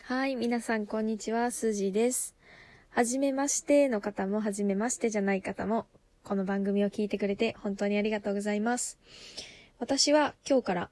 はい、皆さんこんにちは、スージーです。はじめましての方も、はじめましてじゃない方も、この番組を聞いてくれて本当にありがとうございます。私は今日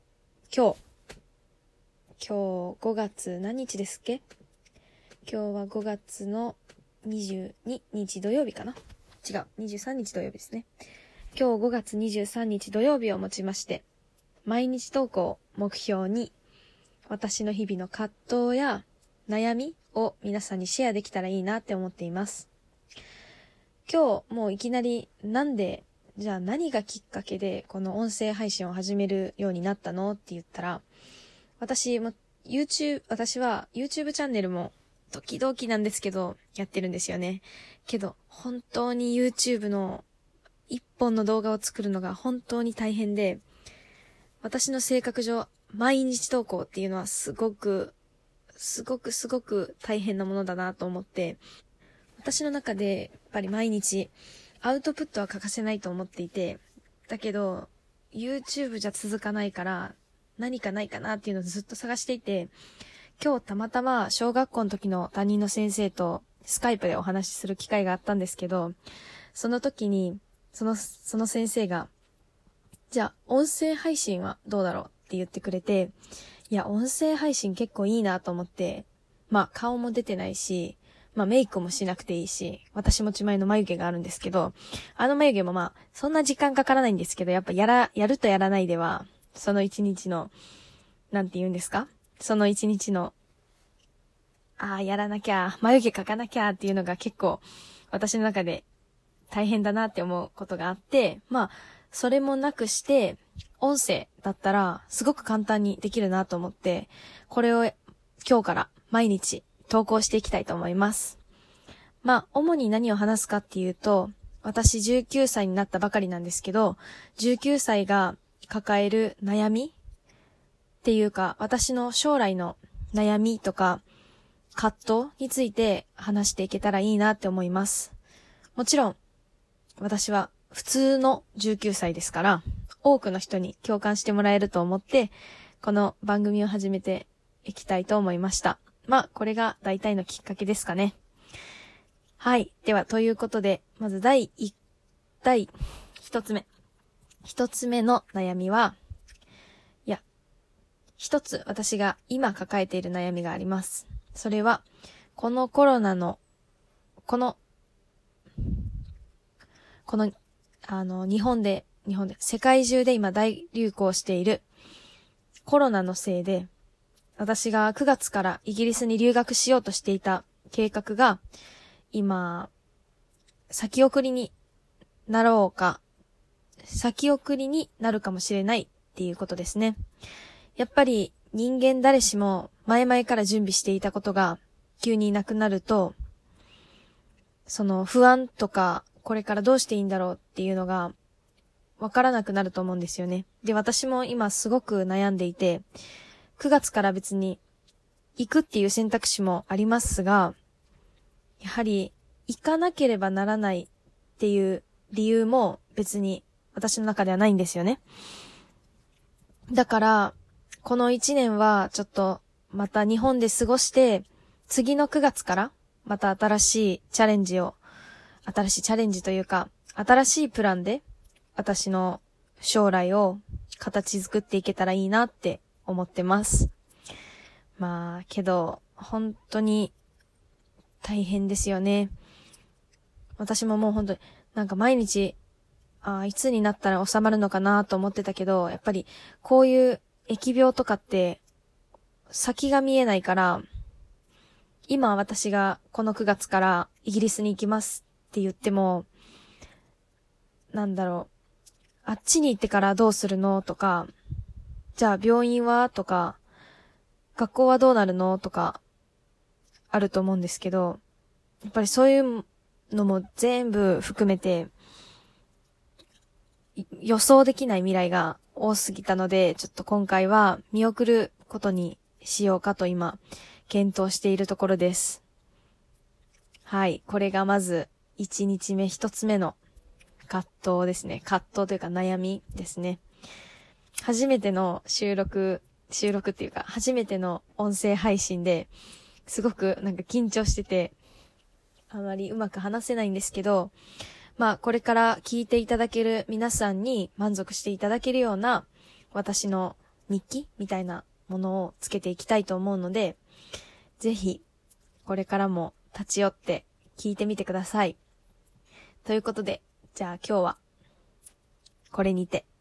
5月何日ですっけ？今日は5月の22日土曜日かな？違う、23日土曜日ですね。今日5月23日土曜日をもちまして、毎日投稿を目標に、私の日々の葛藤や悩みを皆さんにシェアできたらいいなって思っています。今日もういきなりじゃあ何がきっかけでこの音声配信を始めるようになったのって言ったら、私は YouTube チャンネルも時々なんですけどやってるんですよね。けど本当に YouTube の一本の動画を作るのが本当に大変で、私の性格上毎日投稿っていうのはすごく大変なものだなと思って、私の中でやっぱり毎日アウトプットは欠かせないと思っていて、だけど YouTube じゃ続かないから何かないかなっていうのをずっと探していて、今日たまたま小学校の時の担任の先生とスカイプでお話しする機会があったんですけど、その時にその先生が、じゃあ音声配信はどうだろうって言ってくれて、いや、音声配信結構いいなと思って、顔も出てないし、メイクもしなくていいし、私持ち前の眉毛があるんですけど、あの眉毛もそんな時間かからないんですけど、やっぱやるとやらないでは、その一日の、なんて言うんですか？その一日の、やらなきゃ、眉毛描かなきゃっていうのが結構、私の中で大変だなって思うことがあって、それもなくして、音声だったらすごく簡単にできるなと思って、これを今日から毎日投稿していきたいと思います。主に何を話すかっていうと、私19歳になったばかりなんですけど、19歳が抱える悩みっていうか、私の将来の悩みとか葛藤について話していけたらいいなって思います。もちろん、私は普通の19歳ですから、多くの人に共感してもらえると思って、この番組を始めていきたいと思いました。これが大体のきっかけですかね。はい。では、ということで、まず第一つ目。一つ目の悩みは、一つ私が今抱えている悩みがあります。それは、このコロナの、日本で、世界中で今大流行しているコロナのせいで、私が9月からイギリスに留学しようとしていた計画が、今、先送りになるかもしれないっていうことですね。やっぱり人間誰しも前々から準備していたことが急になくなると、その不安とか、これからどうしていいんだろうっていうのがわからなくなると思うんですよね。で、私も今すごく悩んでいて、9月から別に行くっていう選択肢もありますが、やはり行かなければならないっていう理由も別に私の中ではないんですよね。だから、この1年はちょっとまた日本で過ごして、次の9月からまた新しいチャレンジというか、新しいプランで私の将来を形作っていけたらいいなって思ってます。けど、本当に大変ですよね。私ももう本当に毎日、いつになったら収まるのかなと思ってたけど、やっぱりこういう疫病とかって先が見えないから、今私がこの9月からイギリスに行きますって言っても、あっちに行ってからどうするのとか、じゃあ病院はとか、学校はどうなるのとか、あると思うんですけど、やっぱりそういうのも全部含めて、予想できない未来が多すぎたので、ちょっと今回は見送ることにしようかと今、検討しているところです。はい。これがまず、1日目、1つ目の葛藤ですね。葛藤というか悩みですね。初めての収録っていうか、初めての音声配信で、 すごくなんか緊張してて、あまりうまく話せないんですけど、まあこれから聞いていただける皆さんに満足していただけるような私の日記みたいなものをつけていきたいと思うので、ぜひこれからも立ち寄って聞いてみてください。ということで、じゃあ今日はこれにて。